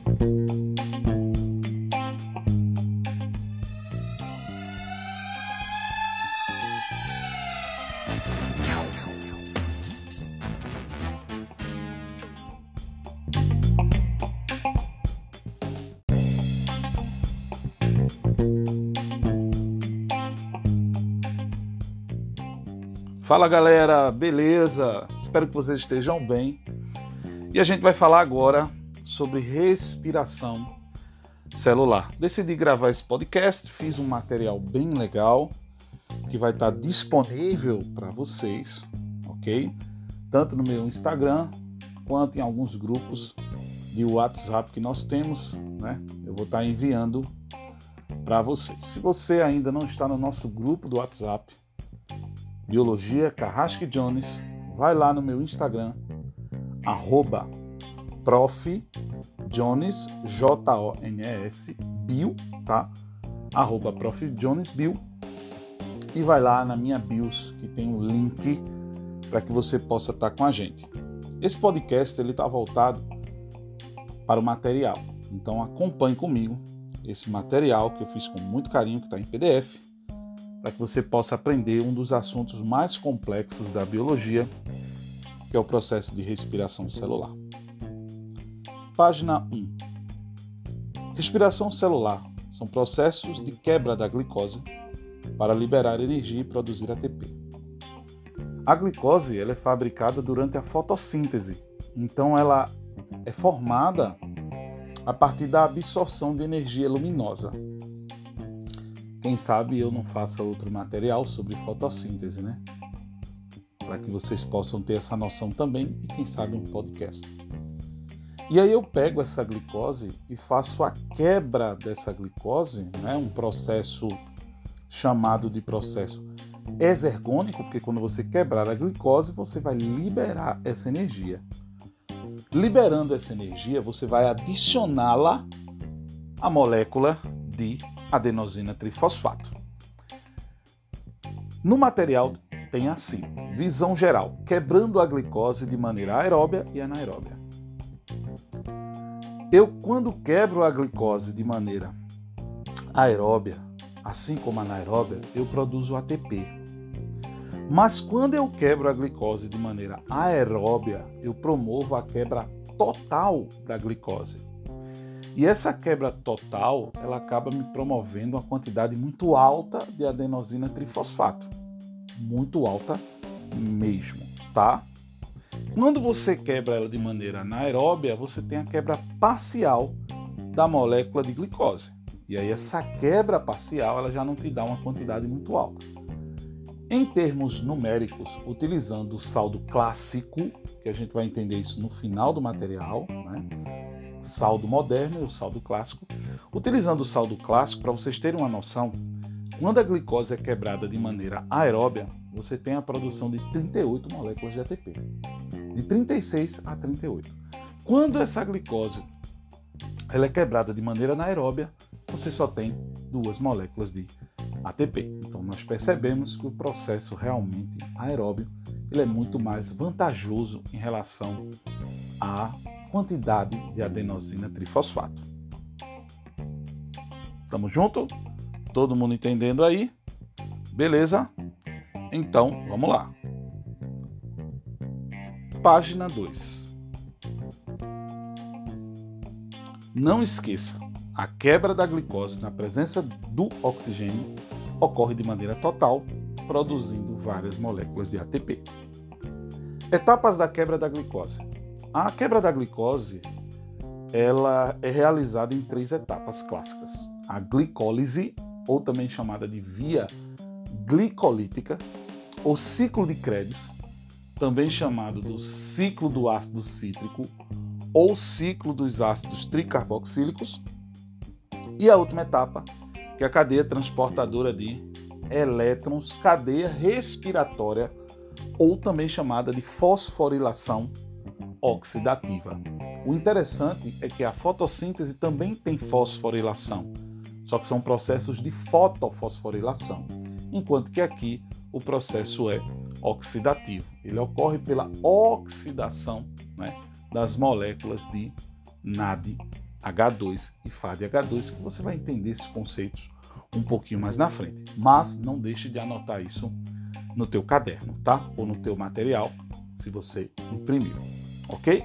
Fala galera, beleza? Espero que vocês estejam bem. E a gente vai falar agora sobre respiração celular. Decidi gravar esse podcast, fiz um material bem legal que vai estar disponível para vocês, ok? Tanto no meu Instagram quanto em alguns grupos de WhatsApp que nós temos, né? Eu vou estar enviando para vocês. Se você ainda não está no nosso grupo do WhatsApp, Biologia Carrasque Jones, vai lá no meu Instagram, @profjones, Jones, bio, tá? @profjonesbio, e vai lá na minha bios, que tem um link para que você possa estar com a gente. Esse podcast ele está voltado para o material, então acompanhe comigo esse material que eu fiz com muito carinho, que está em PDF, para que você possa aprender um dos assuntos mais complexos da biologia, que é o processo de respiração celular. Página 1. Respiração celular são processos de quebra da glicose para liberar energia e produzir ATP. A glicose ela é fabricada durante a fotossíntese, então ela é formada a partir da absorção de energia luminosa. Quem sabe eu não faça outro material sobre fotossíntese, né? Para que vocês possam ter essa noção também e quem sabe um podcast. E aí eu pego essa glicose e faço a quebra dessa glicose, né? Um processo chamado de processo exergônico, porque quando você quebrar a glicose, você vai liberar essa energia. Liberando essa energia, você vai adicioná-la à molécula de adenosina trifosfato. No material tem assim, visão geral, quebrando a glicose de maneira aeróbia e anaeróbia. Eu, quando quebro a glicose de maneira aeróbia, assim como anaeróbia, eu produzo ATP. Mas quando eu quebro a glicose de maneira aeróbia, eu promovo a quebra total da glicose. E essa quebra total, ela acaba me promovendo uma quantidade muito alta de adenosina trifosfato. Muito alta mesmo, tá? Quando você quebra ela de maneira anaeróbia, você tem a quebra parcial da molécula de glicose. E aí essa quebra parcial, ela já não te dá uma quantidade muito alta. Em termos numéricos, utilizando o saldo clássico, que a gente vai entender isso no final do material, né? Saldo moderno e o saldo clássico. Utilizando o saldo clássico, para vocês terem uma noção, quando a glicose é quebrada de maneira aeróbia, você tem a produção de 38 moléculas de ATP, de 36 a 38. Quando essa glicose ela é quebrada de maneira anaeróbia, você só tem 2 moléculas de ATP. Então nós percebemos que o processo realmente aeróbio ele é muito mais vantajoso em relação à quantidade de adenosina trifosfato. Tamo junto? Todo mundo entendendo aí? Beleza? Então, vamos lá. Página 2. Não esqueça, a quebra da glicose na presença do oxigênio ocorre de maneira total, produzindo várias moléculas de ATP. Etapas da quebra da glicose. A quebra da glicose ela é realizada em 3 etapas clássicas. A glicólise, ou também chamada de via glicolítica, o ciclo de Krebs, também chamado do ciclo do ácido cítrico ou ciclo dos ácidos tricarboxílicos, e a última etapa, que é a cadeia transportadora de elétrons, cadeia respiratória, ou também chamada de fosforilação oxidativa. O interessante é que a fotossíntese também tem fosforilação, só que são processos de fotofosforilação, enquanto que aqui o processo é oxidativo. Ele ocorre pela oxidação, né, das moléculas de NAD H2 e FAD-H2, que você vai entender esses conceitos um pouquinho mais na frente. Mas não deixe de anotar isso no teu caderno, tá? Ou no teu material, se você imprimiu, ok?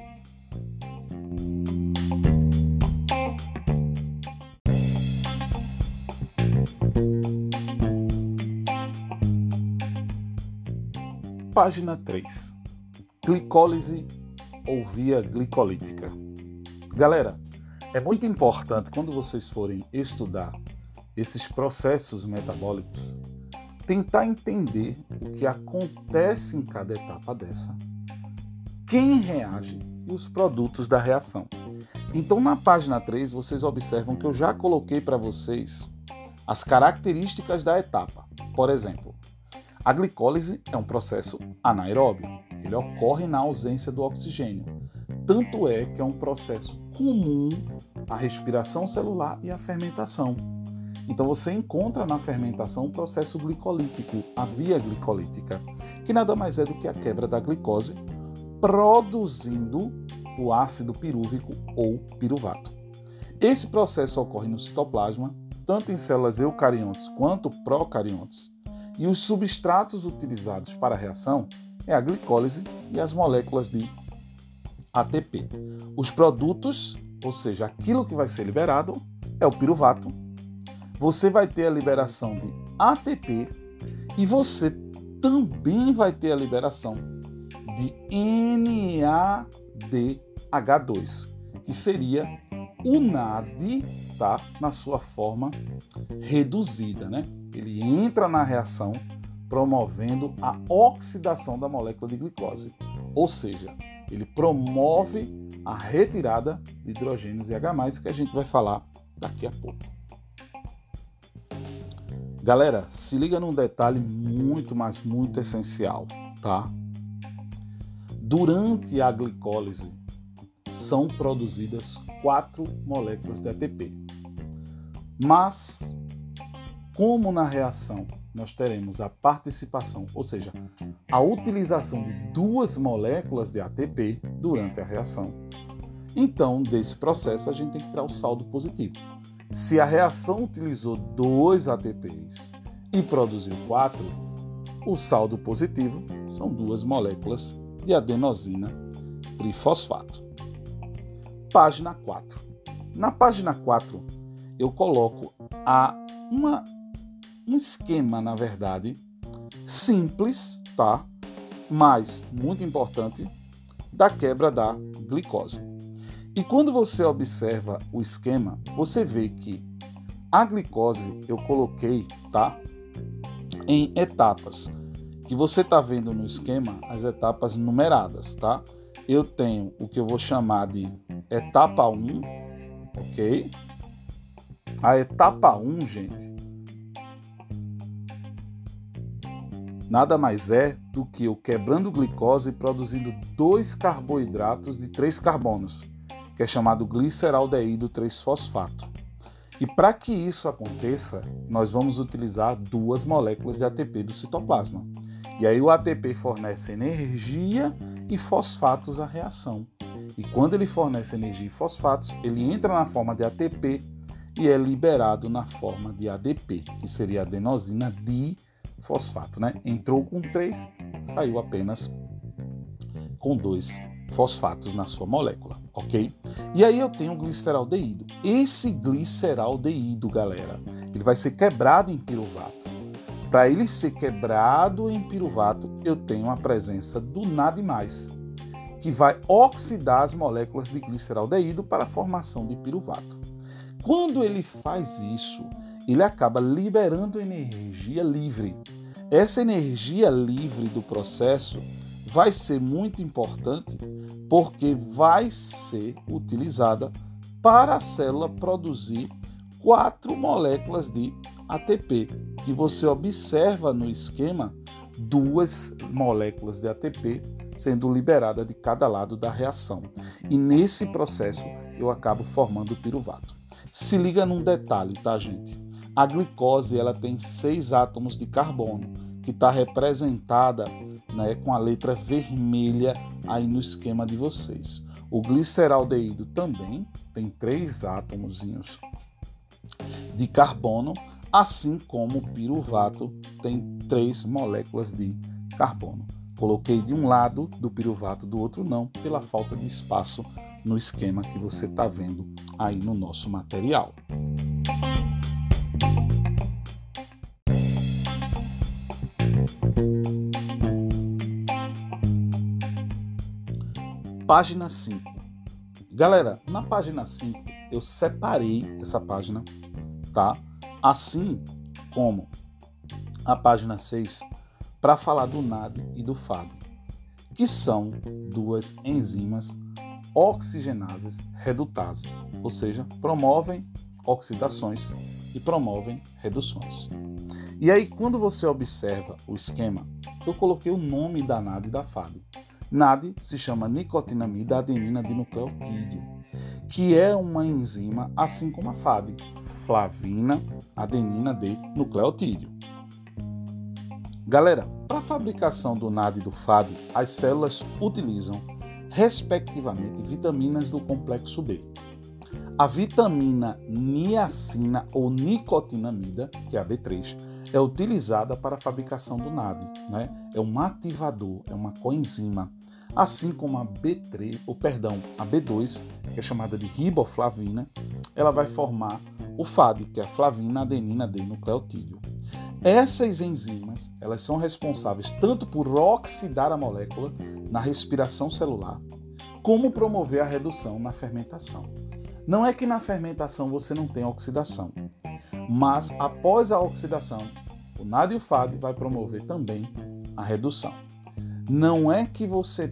Página 3. Glicólise ou via glicolítica. Galera, é muito importante quando vocês forem estudar esses processos metabólicos, tentar entender o que acontece em cada etapa dessa, quem reage e os produtos da reação. Então, na página 3, vocês observam que eu já coloquei para vocês as características da etapa. Por exemplo, a glicólise é um processo anaeróbio. Ele ocorre na ausência do oxigênio. Tanto é que é um processo comum à respiração celular e à fermentação. Então você encontra na fermentação um processo glicolítico, a via glicolítica, que nada mais é do que a quebra da glicose, produzindo o ácido pirúvico ou piruvato. Esse processo ocorre no citoplasma, tanto em células eucariontes quanto procariontes, e os substratos utilizados para a reação é a glicólise e as moléculas de ATP. Os produtos, ou seja, aquilo que vai ser liberado, é o piruvato. Você vai ter a liberação de ATP e você também vai ter a liberação de NADH2, que seria o NAD, tá? Na sua forma reduzida, né? Ele entra na reação promovendo a oxidação da molécula de glicose, ou seja, ele promove a retirada de hidrogênios e H+, que a gente vai falar daqui a pouco. Galera, se liga num detalhe muito, mas muito essencial, tá? Durante a glicólise são produzidas 4 moléculas de ATP. Mas, como na reação nós teremos a participação, ou seja, a utilização de 2 moléculas de ATP durante a reação, então, desse processo, a gente tem que tirar o saldo positivo. Se a reação utilizou 2 ATPs e produziu 4, o saldo positivo são 2 moléculas de adenosina trifosfato. Página 4. Na página 4, eu coloco um esquema, na verdade, simples, tá? Mas muito importante, da quebra da glicose. E quando você observa o esquema, você vê que a glicose eu coloquei, tá? Em etapas. Que você está vendo no esquema as etapas numeradas, tá? Eu tenho o que eu vou chamar de etapa 1, ok? A etapa 1, gente, nada mais é do que eu quebrando glicose e produzindo 2 carboidratos de 3 carbonos, que é chamado gliceraldeído 3-fosfato. E para que isso aconteça, nós vamos utilizar 2 moléculas de ATP do citoplasma. E aí o ATP fornece energia e fosfatos à reação. E quando ele fornece energia e fosfatos, ele entra na forma de ATP e é liberado na forma de ADP, que seria adenosina difosfato, né? Entrou com 3, saiu apenas com 2 fosfatos na sua molécula, ok? E aí eu tenho o gliceraldeído. Esse gliceraldeído, galera, ele vai ser quebrado em piruvato. Para ele ser quebrado em piruvato, eu tenho a presença do NAD+, que vai oxidar as moléculas de gliceraldeído para a formação de piruvato. Quando ele faz isso, ele acaba liberando energia livre. Essa energia livre do processo vai ser muito importante porque vai ser utilizada para a célula produzir 4 moléculas de ATP, que você observa no esquema 2 moléculas de ATP sendo liberada de cada lado da reação. E nesse processo eu acabo formando o piruvato. Se liga num detalhe, tá, gente? A glicose ela tem 6 átomos de carbono, que está representada, né, com a letra vermelha aí no esquema de vocês. O gliceraldeído também tem 3 átomozinhos de carbono, assim como o piruvato tem 3 moléculas de carbono. Coloquei de um lado do piruvato, do outro não, pela falta de espaço no esquema que você está vendo aí no nosso material. Página 5. Galera, na página 5 eu separei essa página, tá? Assim como a página 6, para falar do NAD e do FAD, que são 2 enzimas oxigenases redutases, ou seja, promovem oxidações e promovem reduções. E aí, quando você observa o esquema, eu coloquei o nome da NAD e da FAD. NAD se chama nicotinamida adenina dinucleotídeo, que é uma enzima assim como a FAD, flavina adenina de nucleotídeo. Galera, para a fabricação do NAD e do FAD, as células utilizam, respectivamente, vitaminas do complexo B. A vitamina niacina ou nicotinamida, que é a B3, é utilizada para a fabricação do NAD, né? É um ativador, é uma coenzima. Assim como a B2, que é chamada de riboflavina, ela vai formar o FAD, que é a flavina adenina de nucleotídeo. Essas enzimas, elas são responsáveis tanto por oxidar a molécula na respiração celular, como promover a redução na fermentação. Não é que na fermentação você não tem oxidação, mas após a oxidação, o NAD e o FAD vai promover também a redução. Não é que você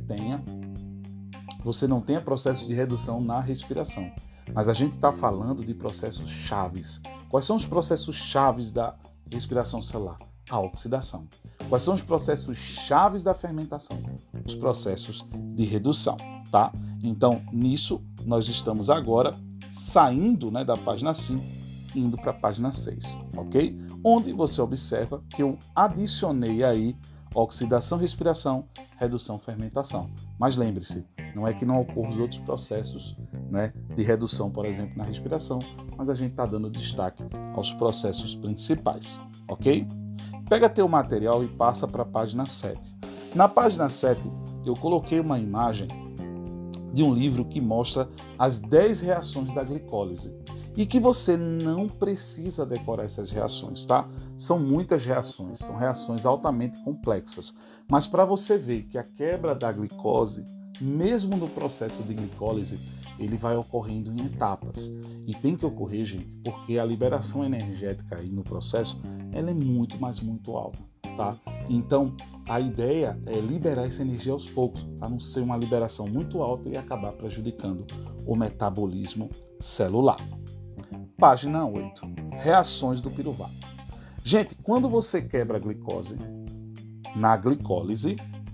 não tenha processo de redução na respiração, mas a gente está falando de processos chaves. Quais são os processos chaves da respiração celular? A oxidação. Quais são os processos chaves da fermentação? Os processos de redução, tá? Então, nisso, nós estamos agora saindo, né, da página 5, indo para a página 6, ok? Onde você observa que eu adicionei aí oxidação, respiração, redução, fermentação. Mas lembre-se, não é que não ocorram os outros processos, né, de redução, por exemplo, na respiração, mas a gente está dando destaque aos processos principais, ok? Pega teu material e passa para a página 7. Na página 7, eu coloquei uma imagem de um livro que mostra as 10 reações da glicólise. E que você não precisa decorar essas reações, tá? São muitas reações, são reações altamente complexas. Mas para você ver que a quebra da glicose, mesmo no processo de glicólise, ele vai ocorrendo em etapas. E tem que ocorrer, gente, porque a liberação energética aí no processo, ela é muito, mas muito alta, tá? Então, a ideia é liberar essa energia aos poucos, para não ser uma liberação muito alta e acabar prejudicando o metabolismo celular. Página 8. Reações do piruvato. Gente, quando você quebra a glicose na glicólise,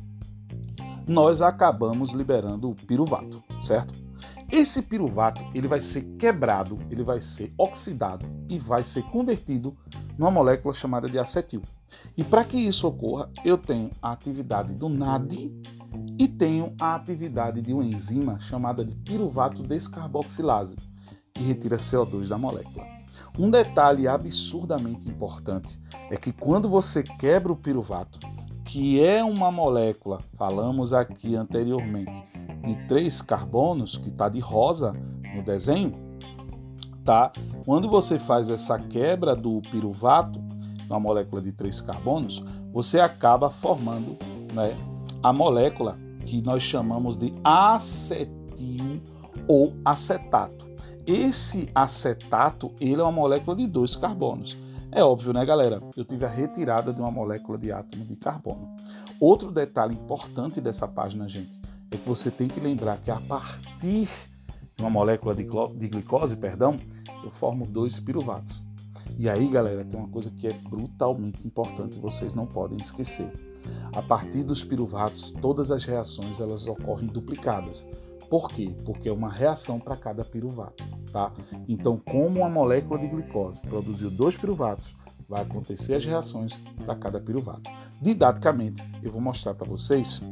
nós acabamos liberando o piruvato, certo? Esse piruvato, ele vai ser quebrado, ele vai ser oxidado e vai ser convertido numa molécula chamada de acetil. E para que isso ocorra, eu tenho a atividade do NAD e tenho a atividade de uma enzima chamada de piruvato descarboxilase, que retira CO2 da molécula. Um detalhe absurdamente importante é que quando você quebra o piruvato, que é uma molécula, falamos aqui anteriormente, de 3 carbonos, que está de rosa no desenho, tá? Quando você faz essa quebra do piruvato, uma molécula de 3 carbonos, você acaba formando, né, a molécula que nós chamamos de acetil ou acetato. Esse acetato, ele é uma molécula de 2 carbonos. É óbvio, né, galera? Eu tive a retirada de uma molécula de átomo de carbono. Outro detalhe importante dessa página, gente, é que você tem que lembrar que a partir de uma molécula de glicose, eu formo 2 piruvatos. E aí, galera, tem uma coisa que é brutalmente importante, vocês não podem esquecer. A partir dos piruvatos, todas as reações elas ocorrem duplicadas. Por quê? Porque é uma reação para cada piruvato, tá? Então, como uma molécula de glicose produziu 2 piruvatos, vai acontecer as reações para cada piruvato. Didaticamente, eu vou mostrar para vocês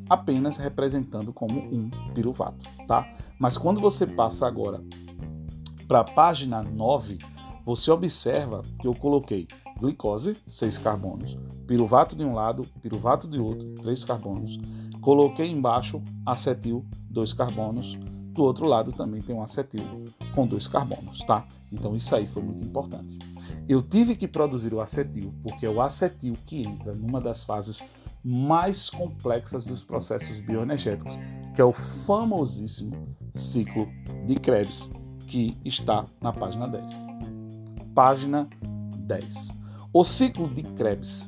apenas representando como um piruvato, tá? Mas quando você passa agora para a página 9, você observa que eu coloquei glicose, 6 carbonos, piruvato de um lado, piruvato de outro, 3 carbonos. Coloquei embaixo acetil, 2 carbonos. Do outro lado também tem um acetil com 2 carbonos, tá? Então isso aí foi muito importante. Eu tive que produzir o acetil, porque é o acetil que entra numa das fases mais complexas dos processos bioenergéticos, que é o famosíssimo ciclo de Krebs, que está na página 10. Página 10. O ciclo de Krebs,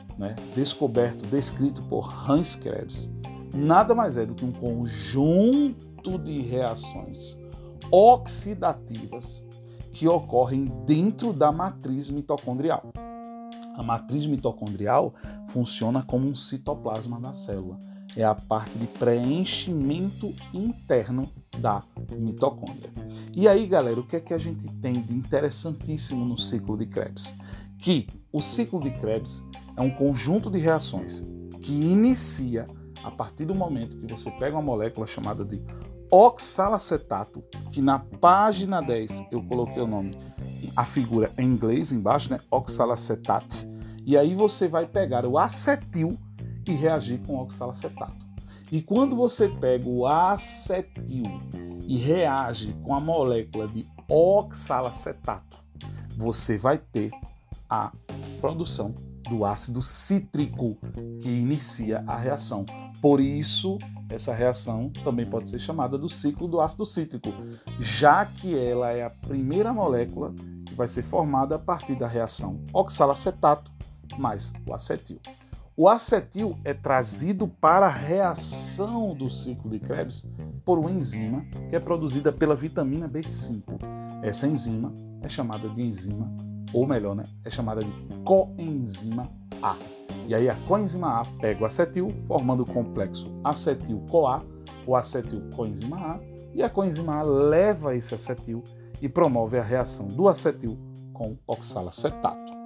descrito por Hans Krebs, nada mais é do que um conjunto de reações oxidativas que ocorrem dentro da matriz mitocondrial. A matriz mitocondrial funciona como um citoplasma da célula. É a parte de preenchimento interno da mitocôndria. E aí, galera, o que é que a gente tem de interessantíssimo no ciclo de Krebs? Que o ciclo de Krebs é um conjunto de reações que inicia a partir do momento que você pega uma molécula chamada de oxalacetato, que na página 10 eu coloquei o nome, a figura em inglês embaixo, oxalacetate, e aí você vai pegar o acetil e reagir com o oxalacetato. E quando você pega o acetil e reage com a molécula de oxalacetato, você vai ter a produção do ácido cítrico que inicia a reação. Por isso, essa reação também pode ser chamada do ciclo do ácido cítrico, já que ela é a primeira molécula que vai ser formada a partir da reação oxalacetato mais o acetil. O acetil é trazido para a reação do ciclo de Krebs por uma enzima que é produzida pela vitamina B5. Essa enzima é chamada de enzima, ou melhor, é chamada de coenzima A. E aí a coenzima A pega o acetil, formando o complexo acetil-CoA, o acetil-coenzima A, e a coenzima A leva esse acetil e promove a reação do acetil com oxalacetato.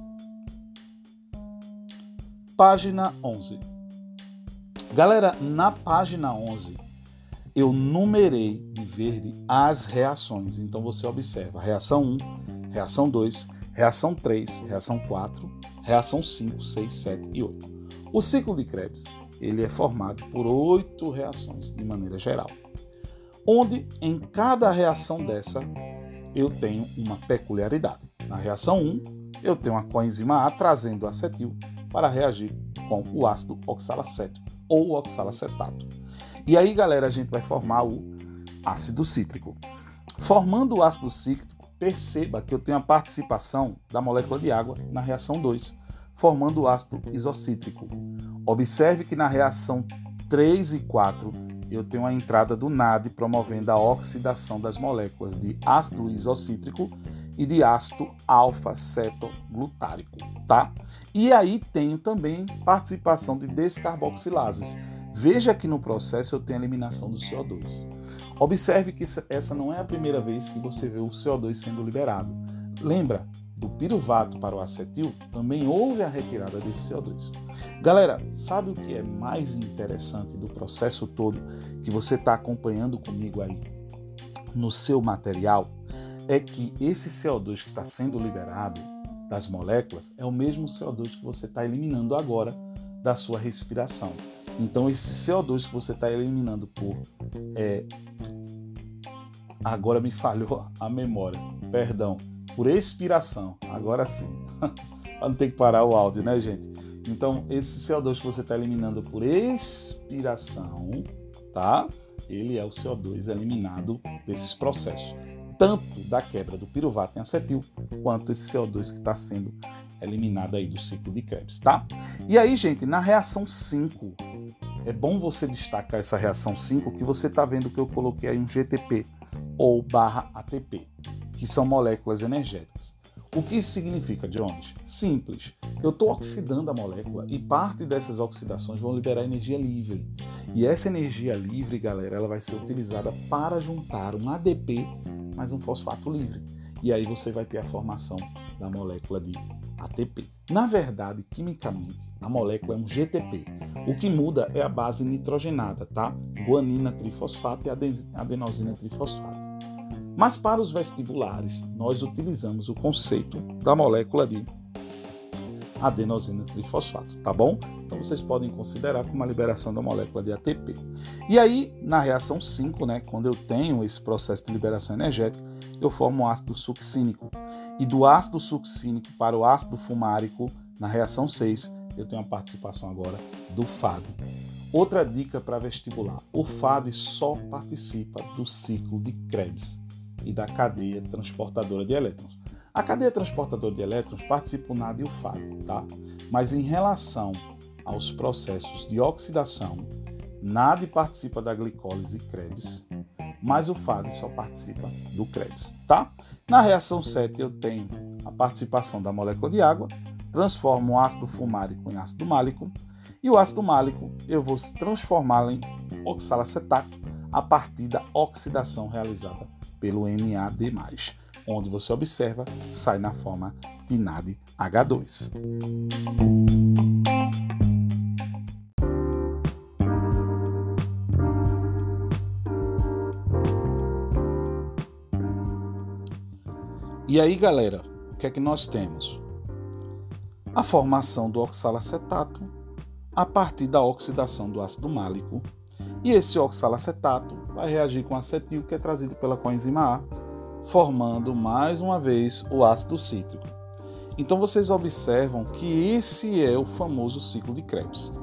Página 11. Galera, na página 11, eu numerei de verde as reações. Então você observa reação 1, reação 2, reação 3, reação 4, reação 5, 6, 7 e 8. O ciclo de Krebs ele é formado por 8 reações de maneira geral, onde em cada reação dessa eu tenho uma peculiaridade. Na reação 1, eu tenho a coenzima A trazendo acetil para reagir com o ácido oxalacético ou oxalacetato. E aí, galera, a gente vai formar o ácido cítrico. Formando o ácido cítrico, perceba que eu tenho a participação da molécula de água na reação 2, formando o ácido isocítrico. Observe que na reação 3 e 4, eu tenho a entrada do NAD promovendo a oxidação das moléculas de ácido isocítrico e de ácido alfa-cetoglutárico, tá? E aí tenho também participação de descarboxilases. Veja que no processo eu tenho a eliminação do CO2. Observe que essa não é a primeira vez que você vê o CO2 sendo liberado. Lembra, do piruvato para o acetil, também houve a retirada desse CO2. Galera, sabe o que é mais interessante do processo todo que você está acompanhando comigo aí no seu material? É que esse CO2 que está sendo liberado das moléculas é o mesmo CO2 que você está eliminando agora da sua respiração. Então esse CO2 que você está eliminando por... Agora me falhou a memória, perdão, por expiração, agora sim. Para não ter que parar o áudio, né, gente? Então esse CO2 que você está eliminando por expiração, tá? Ele é o CO2 eliminado desses processos, tanto da quebra do piruvato em acetil, quanto esse CO2 que está sendo eliminado aí do ciclo de Krebs, tá? E aí, gente, na reação 5, é bom você destacar essa reação 5, que você está vendo que eu coloquei aí um GTP ou /ATP, que são moléculas energéticas. O que isso significa, Jones? Simples. Eu estou oxidando a molécula e parte dessas oxidações vão liberar energia livre. E essa energia livre, galera, ela vai ser utilizada para juntar um ADP mais um fosfato livre. E aí você vai ter a formação da molécula de ATP. Na verdade, quimicamente, a molécula é um GTP. O que muda é a base nitrogenada, tá? Guanina trifosfato e adenosina trifosfato. Mas para os vestibulares, nós utilizamos o conceito da molécula de adenosina trifosfato, tá bom? Então vocês podem considerar como a liberação da molécula de ATP. E aí, na reação 5, né, quando eu tenho esse processo de liberação energética, eu formo um ácido succínico. E do ácido succínico para o ácido fumárico, na reação 6, eu tenho a participação agora do FAD. Outra dica para vestibular: o FAD só participa do ciclo de Krebs e da cadeia transportadora de elétrons. A cadeia transportadora de elétrons participa o NAD e o FAD, tá? Mas em relação aos processos de oxidação, NAD participa da glicólise Krebs, mas o FAD só participa do Krebs, tá? Na reação 7 eu tenho a participação da molécula de água, transformo o ácido fumárico em ácido málico, e o ácido málico eu vou transformá-lo em oxalacetato a partir da oxidação realizada pelo NAD+, onde você observa, sai na forma de NADH2. E aí, galera, o que é que nós temos? A formação do oxalacetato a partir da oxidação do ácido málico, e esse oxalacetato vai reagir com acetil, que é trazido pela coenzima A, formando mais uma vez o ácido cítrico. Então vocês observam que esse é o famoso ciclo de Krebs.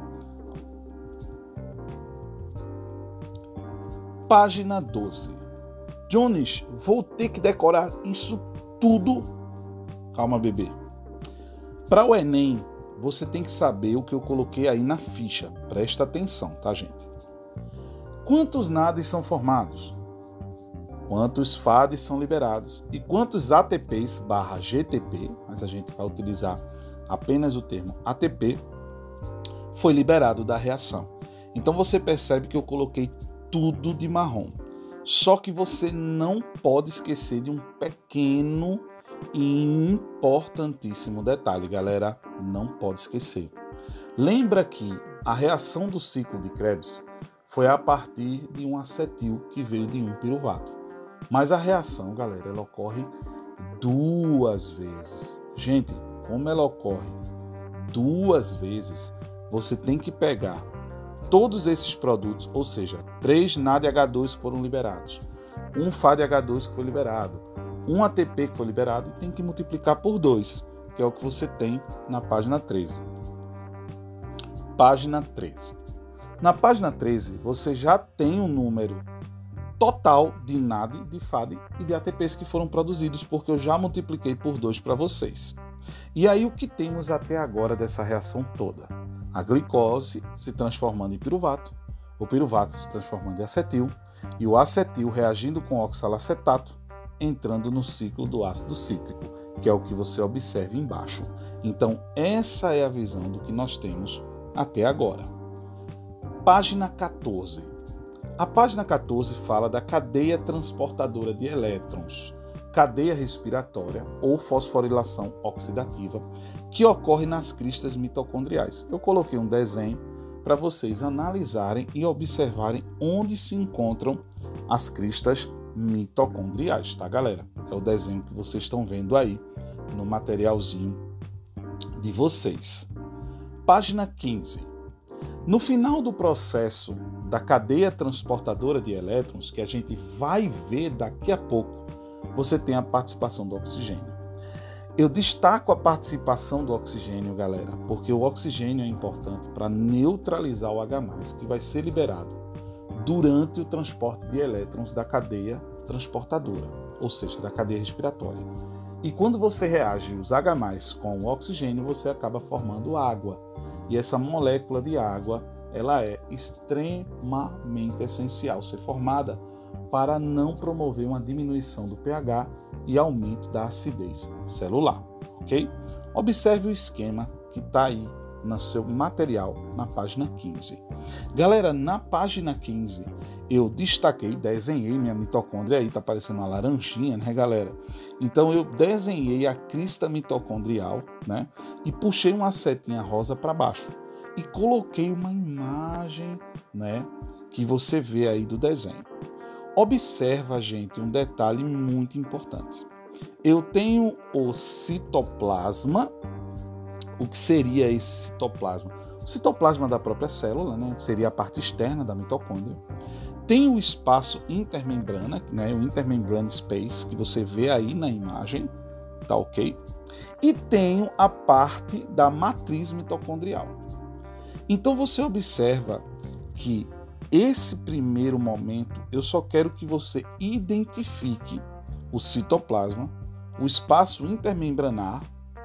Página 12. Jones, vou ter que decorar isso tudo? Calma, bebê. Para o Enem, você tem que saber o que eu coloquei aí na ficha. Presta atenção, tá, gente? Quantos NADs são formados? Quantos FADs são liberados? E quantos ATPs/GTP, mas a gente vai utilizar apenas o termo ATP, foi liberado da reação? Então você percebe que eu coloquei tudo de marrom. Só que você não pode esquecer de um pequeno e importantíssimo detalhe, galera. Não pode esquecer. Lembra que a reação do ciclo de Krebs foi a partir de um acetil que veio de um piruvato. Mas a reação, galera, ela ocorre duas vezes. Gente, como ela ocorre duas vezes, você tem que pegar todos esses produtos, ou seja, 3 NADH2 foram liberados, um FADH2 que foi liberado, um ATP que foi liberado, e tem que multiplicar por 2, que é o que você tem na página 13. Página 13. Na página 13, você já tem um número total de NAD, de FAD e de ATPs que foram produzidos, porque eu já multipliquei por 2 para vocês. E aí o que temos até agora dessa reação toda? A glicose se transformando em piruvato, o piruvato se transformando em acetil, e o acetil reagindo com oxalacetato, entrando no ciclo do ácido cítrico, que é o que você observa embaixo. Então, essa é a visão do que nós temos até agora. Página 14. A página 14 fala da cadeia transportadora de elétrons, cadeia respiratória ou fosforilação oxidativa, que ocorre nas cristas mitocondriais. Eu coloquei um desenho para vocês analisarem e observarem onde se encontram as cristas mitocondriais, tá, galera? É o desenho que vocês estão vendo aí no materialzinho de vocês. Página 15. No final do processo da cadeia transportadora de elétrons, que a gente vai ver daqui a pouco, você tem a participação do oxigênio. Eu destaco a participação do oxigênio, galera, porque o oxigênio é importante para neutralizar o H+, que vai ser liberado durante o transporte de elétrons da cadeia transportadora, ou seja, da cadeia respiratória. E quando você reage os H+ com o oxigênio, você acaba formando água. E essa molécula de água, ela é extremamente essencial ser formada para não promover uma diminuição do pH e aumento da acidez celular, ok? Observe o esquema que está aí no seu material na página 15. Galera, na página 15, eu destaquei, desenhei minha mitocôndria aí, tá parecendo uma laranjinha, né, galera? Então eu desenhei a crista mitocondrial, né, e puxei uma setinha rosa para baixo. e coloquei uma imagem, né, que você vê aí do desenho. Observa, gente, um detalhe muito importante. Eu tenho o citoplasma. O que seria esse citoplasma? O citoplasma da própria célula, né, que seria a parte externa da mitocôndria. Tem o espaço intermembrana, né, o intermembrane space, que você vê aí na imagem, tá ok? E tenho a parte da matriz mitocondrial. Então você observa que esse primeiro momento eu só quero que você identifique o citoplasma, o espaço intermembranar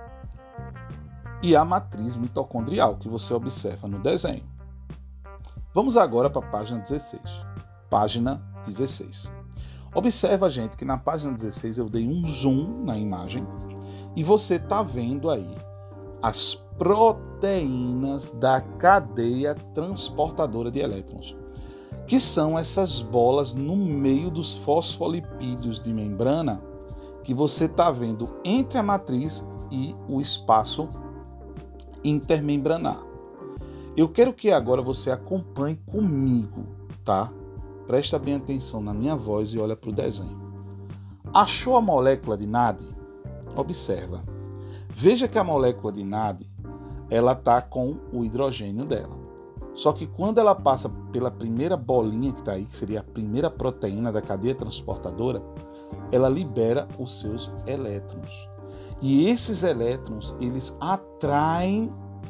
e a matriz mitocondrial que você observa no desenho. Vamos agora para a página 16. Página 16. Observa, gente, que na página 16 eu dei um zoom na imagem e você está vendo aí as proteínas da cadeia transportadora de elétrons, que são essas bolas no meio dos fosfolipídios de membrana que você está vendo entre a matriz e o espaço intermembranar. Eu quero que agora você acompanhe comigo, tá? Presta bem atenção na minha voz e olha para o desenho. Achou a molécula de NAD? Observa. Veja que a molécula de NAD, ela está com o hidrogênio dela. Só que quando ela passa pela primeira bolinha que está aí, que seria a primeira proteína da cadeia transportadora, ela libera os seus elétrons. E esses elétrons, eles atraem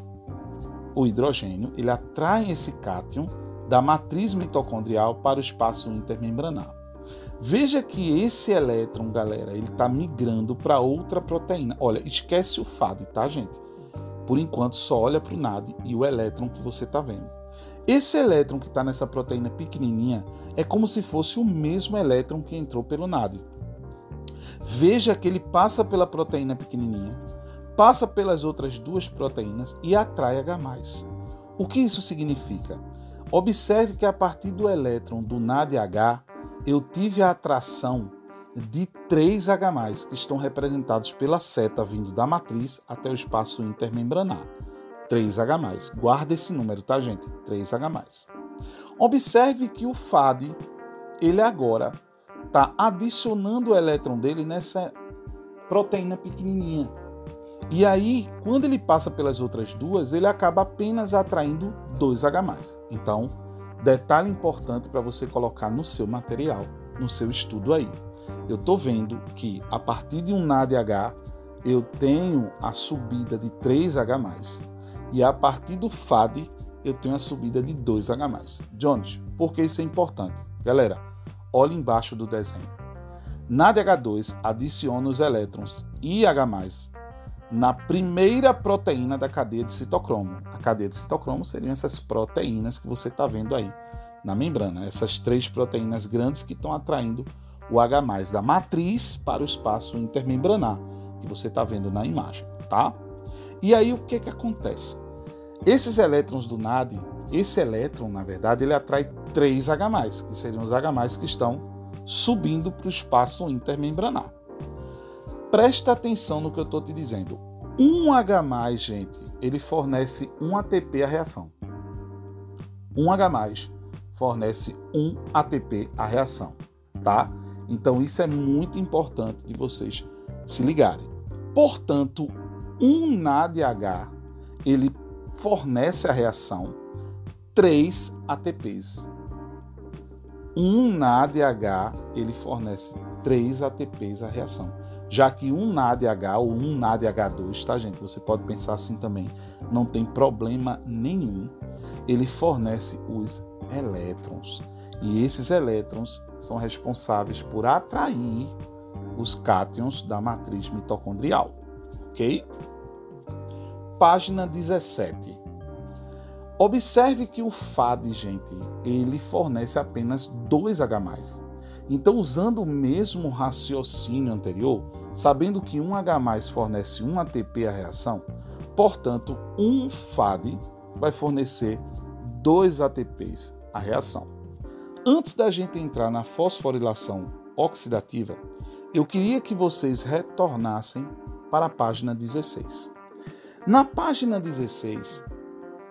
o hidrogênio, ele atrai esse cátion da matriz mitocondrial para o espaço intermembranar. Veja que esse elétron, galera, ele está migrando para outra proteína. Olha, esquece o FAD, tá, gente? Por enquanto, só olha para o NAD e o elétron que você está vendo. Esse elétron que está nessa proteína pequenininha é como se fosse o mesmo elétron que entrou pelo NAD. Veja que ele passa pela proteína pequenininha, passa pelas outras duas proteínas e atrai H+. O que isso significa? Observe que a partir do elétron do NADH, eu tive a atração de 3 H+, que estão representados pela seta vindo da matriz até o espaço intermembranar. 3 H+. Guarda esse número, tá, gente? 3 H+. Observe que o FAD, ele agora está adicionando o elétron dele nessa proteína pequenininha. E aí, quando ele passa pelas outras duas, ele acaba apenas atraindo 2 H+. Então, detalhe importante para você colocar no seu material, no seu estudo aí. Eu estou vendo que a partir de um NADH, eu tenho a subida de 3 H+. E a partir do FAD, eu tenho a subida de 2 H+. Jones, por que isso é importante? Galera, olha embaixo do desenho. NADH2 adiciona os elétrons e H+, na primeira proteína da cadeia de citocromo. A cadeia de citocromo seriam essas proteínas que você está vendo aí na membrana. Essas 3 proteínas grandes que estão atraindo o H+ da matriz para o espaço intermembranar, que você está vendo na imagem, tá? E aí o que acontece? Esses elétrons do NAD, esse elétron, na verdade, ele atrai 3 H+, que seriam os H+ que estão subindo para o espaço intermembranar. Presta atenção no que eu estou te dizendo. Um H+, gente, ele fornece um ATP à reação. Um H+ fornece um ATP à reação, tá? Então isso é muito importante de vocês se ligarem. Portanto, um NADH, ele fornece à reação 3 ATPs. Um NADH, ele fornece 3 ATPs à reação. Já que um NADH ou um NADH2, tá, gente? Você pode pensar assim também, não tem problema nenhum. Ele fornece os elétrons. E esses elétrons são responsáveis por atrair os cátions da matriz mitocondrial. Ok? Página 17. Observe que o FAD, gente, ele fornece apenas 2 H+. Então, usando o mesmo raciocínio anterior, sabendo que um H+ fornece um ATP à reação, portanto, um FAD vai fornecer 2 ATPs à reação. Antes da gente entrar na fosforilação oxidativa, eu queria que vocês retornassem para a página 16. Na página 16,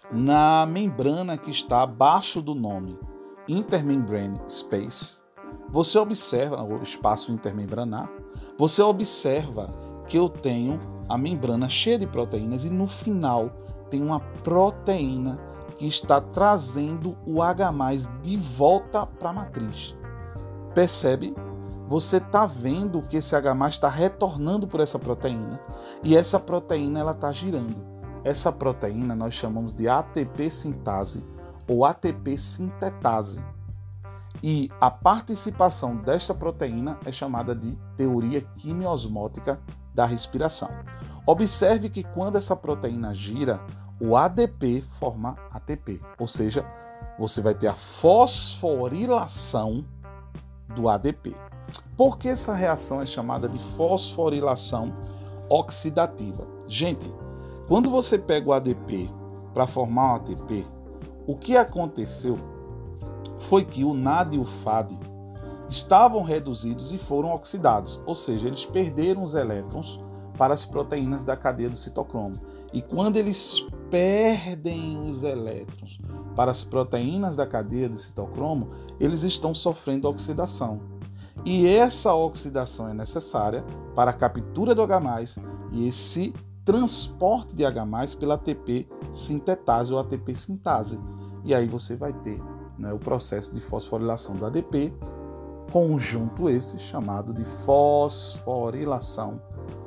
na membrana que está abaixo do nome intermembrane space, você observa o espaço intermembranar, você observa que eu tenho a membrana cheia de proteínas e no final tem uma proteína que está trazendo o H+ de volta para a matriz. Percebe? Você está vendo que esse H+ está retornando por essa proteína e essa proteína ela está girando. Essa proteína nós chamamos de ATP sintase ou ATP sintetase. E a participação desta proteína é chamada de teoria quimiosmótica da respiração. Observe que quando essa proteína gira, o ADP forma ATP, ou seja, você vai ter a fosforilação do ADP. Por que essa reação é chamada de fosforilação oxidativa? Gente, quando você pega o ADP para formar o ATP, o que aconteceu foi que o NAD e o FAD estavam reduzidos e foram oxidados, ou seja, eles perderam os elétrons para as proteínas da cadeia do citocromo. E quando eles perdem os elétrons para as proteínas da cadeia do citocromo, eles estão sofrendo oxidação. E essa oxidação é necessária para a captura do H+, e esse transporte de H+ pela ATP sintetase ou ATP sintase. E aí você vai ter, né, o processo de fosforilação do ADP, conjunto esse chamado de fosforilação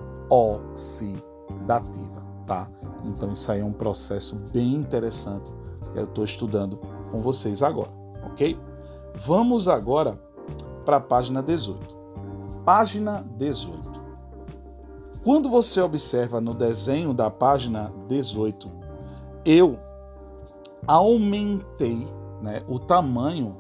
oxidativa, tá? Então isso aí é um processo bem interessante que eu estou estudando com vocês agora, ok? Vamos agora para a página 18. Página 18. Quando você observa no desenho da página 18, eu aumentei, né, o tamanho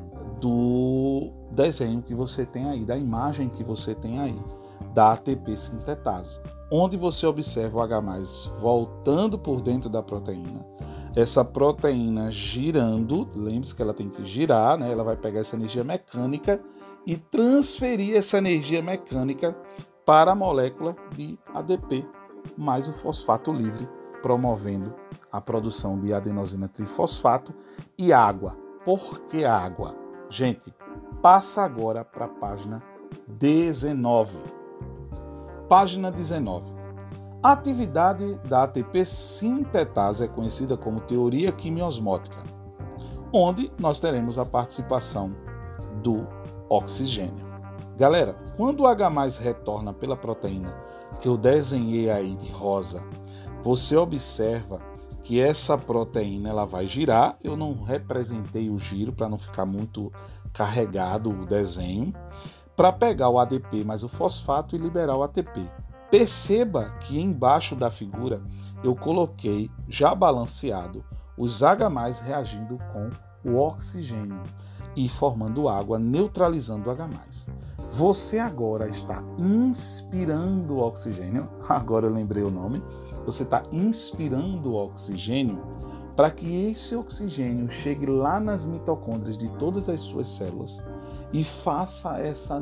do desenho que você tem aí, da imagem que você tem aí, da ATP sintetase, onde você observa o H+ voltando por dentro da proteína, essa proteína girando, lembre-se que ela tem que girar, né? Ela vai pegar essa energia mecânica e transferir essa energia mecânica para a molécula de ADP, mais o fosfato livre, promovendo a produção de adenosina trifosfato e água. Por que água? Gente, passa agora para a página 19. Página 19. A atividade da ATP sintetase é conhecida como teoria quimiosmótica, onde nós teremos a participação do oxigênio. Galera, quando o H+ retorna pela proteína que eu desenhei aí de rosa, você observa que essa proteína ela vai girar. Eu não representei o giro para não ficar muito carregado o desenho, para pegar o ADP mais o fosfato e liberar o ATP. Perceba que embaixo da figura eu coloquei, já balanceado, os H+ reagindo com o oxigênio e formando água, neutralizando o H+. Você agora está inspirando o oxigênio, agora eu lembrei o nome, você está inspirando o oxigênio para que esse oxigênio chegue lá nas mitocôndrias de todas as suas células e faça essa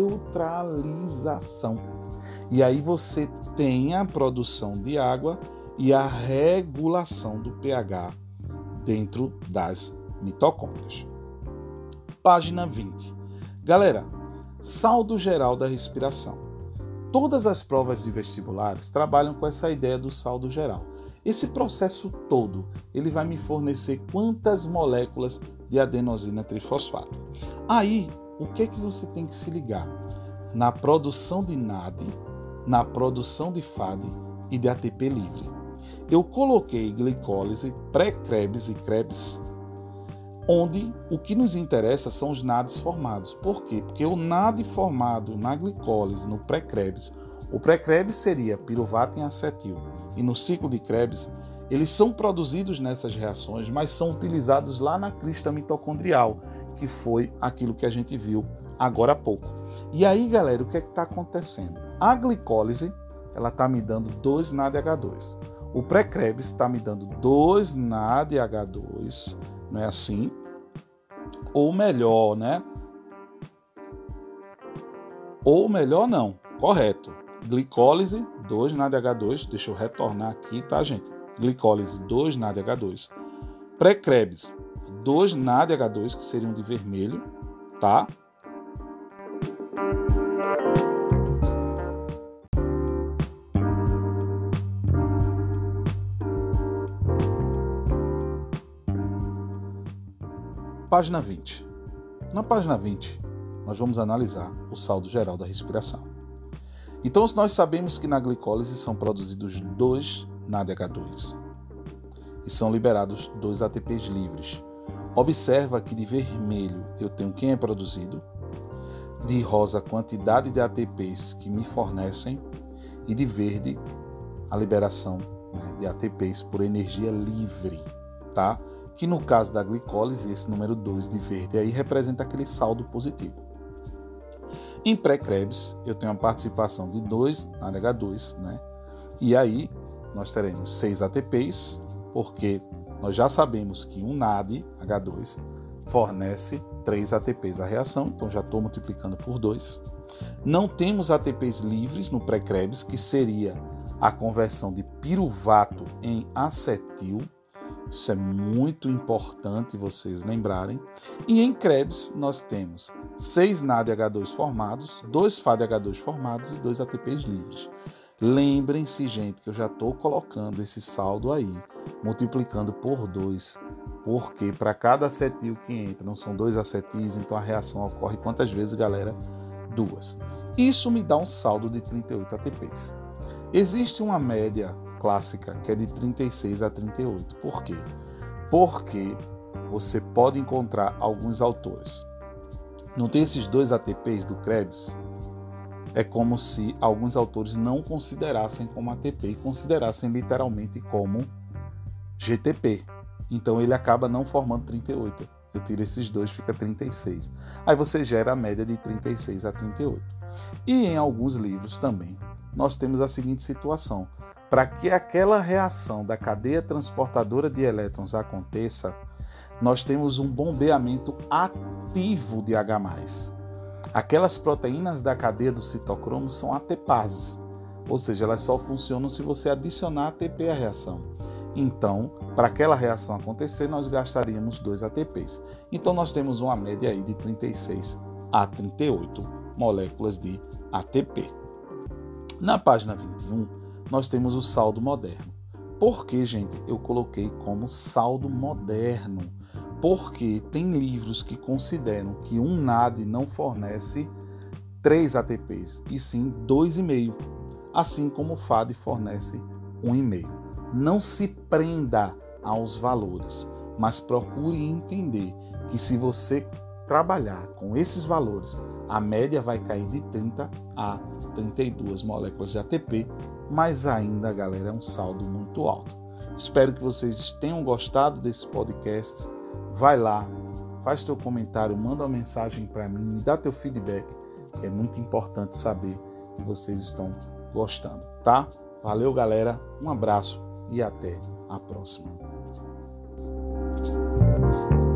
neutralização. E aí você tem a produção de água e a regulação do pH dentro das mitocôndrias. Página 20. Galera, saldo geral da respiração. Todas as provas de vestibulares trabalham com essa ideia do saldo geral. Esse processo todo, ele vai me fornecer quantas moléculas de adenosina trifosfato. Aí, o que é que você tem que se ligar? Na produção de NAD, na produção de FAD e de ATP livre. Eu coloquei glicólise, pré-Krebs e Krebs, onde o que nos interessa são os NADs formados. Por quê? Porque o NAD formado na glicólise, no pré-Krebs, o pré-Krebs seria piruvato em acetil, e no ciclo de Krebs, eles são produzidos nessas reações, mas são utilizados lá na crista mitocondrial, que foi aquilo que a gente viu agora há pouco. E aí, galera, o que é que está acontecendo? A glicólise, ela está me dando 2 NADH2. O pré-Krebs está me dando 2 NADH2, não é assim? Ou melhor, né? Ou melhor não, correto. Glicólise, 2 NADH2, deixa eu retornar aqui, tá, gente? glicólise 2 NADH2, pré-Krebs 2 NADH2, que seriam de vermelho, tá? Página 20. Na página 20, nós vamos analisar o saldo geral da respiração. Então, nós sabemos que na glicólise são produzidos 2 NADH2 e são liberados 2 ATPs livres. Observa que de vermelho eu tenho quem é produzido, de rosa a quantidade de ATPs que me fornecem e de verde a liberação, né, de ATPs por energia livre, tá? Que no caso da glicólise, esse número 2 de verde aí representa aquele saldo positivo. Em pré-Krebs, eu tenho a participação de 2 NADH2, né? E aí nós teremos 6 ATPs, porque nós já sabemos que um NADH2 fornece 3 ATPs à reação, então já estou multiplicando por 2. Não temos ATPs livres no pré-Krebs, que seria a conversão de piruvato em acetil. Isso é muito importante vocês lembrarem. E em Krebs nós temos 6 NADH2 formados, 2 FADH2 formados e 2 ATPs livres. Lembrem-se, gente, que eu já estou colocando esse saldo aí, multiplicando por 2, porque para cada acetil que entra, não são 2 acetis, então a reação ocorre quantas vezes, galera? 2. Isso me dá um saldo de 38 ATPs. Existe uma média clássica que é de 36 a 38. Por quê? Porque você pode encontrar alguns autores. Não tem esses 2 ATPs do Krebs? É como se alguns autores não considerassem como ATP e considerassem literalmente como GTP. Então ele acaba não formando 38. Eu tiro esses 2, fica 36. Aí você gera a média de 36 a 38. E em alguns livros também nós temos a seguinte situação. Para que aquela reação da cadeia transportadora de elétrons aconteça, nós temos um bombeamento ativo de H+. Aquelas proteínas da cadeia do citocromo são ATPases, ou seja, elas só funcionam se você adicionar ATP à reação. Então, para aquela reação acontecer, nós gastaríamos 2 ATPs. Então, nós temos uma média aí de 36 a 38 moléculas de ATP. Na página 21, nós temos o saldo moderno. Por que, gente, eu coloquei como saldo moderno? Porque tem livros que consideram que um NAD não fornece 3 ATPs, e sim 2,5, assim como o FAD fornece 1,5. Não se prenda aos valores, mas procure entender que se você trabalhar com esses valores, a média vai cair de 30 a 32 moléculas de ATP, mas ainda, galera, é um saldo muito alto. Espero que vocês tenham gostado desse podcast. Vai lá, faz teu comentário, manda uma mensagem para mim, me dá teu feedback, que é muito importante saber que vocês estão gostando, tá? Valeu, galera, um abraço e até a próxima.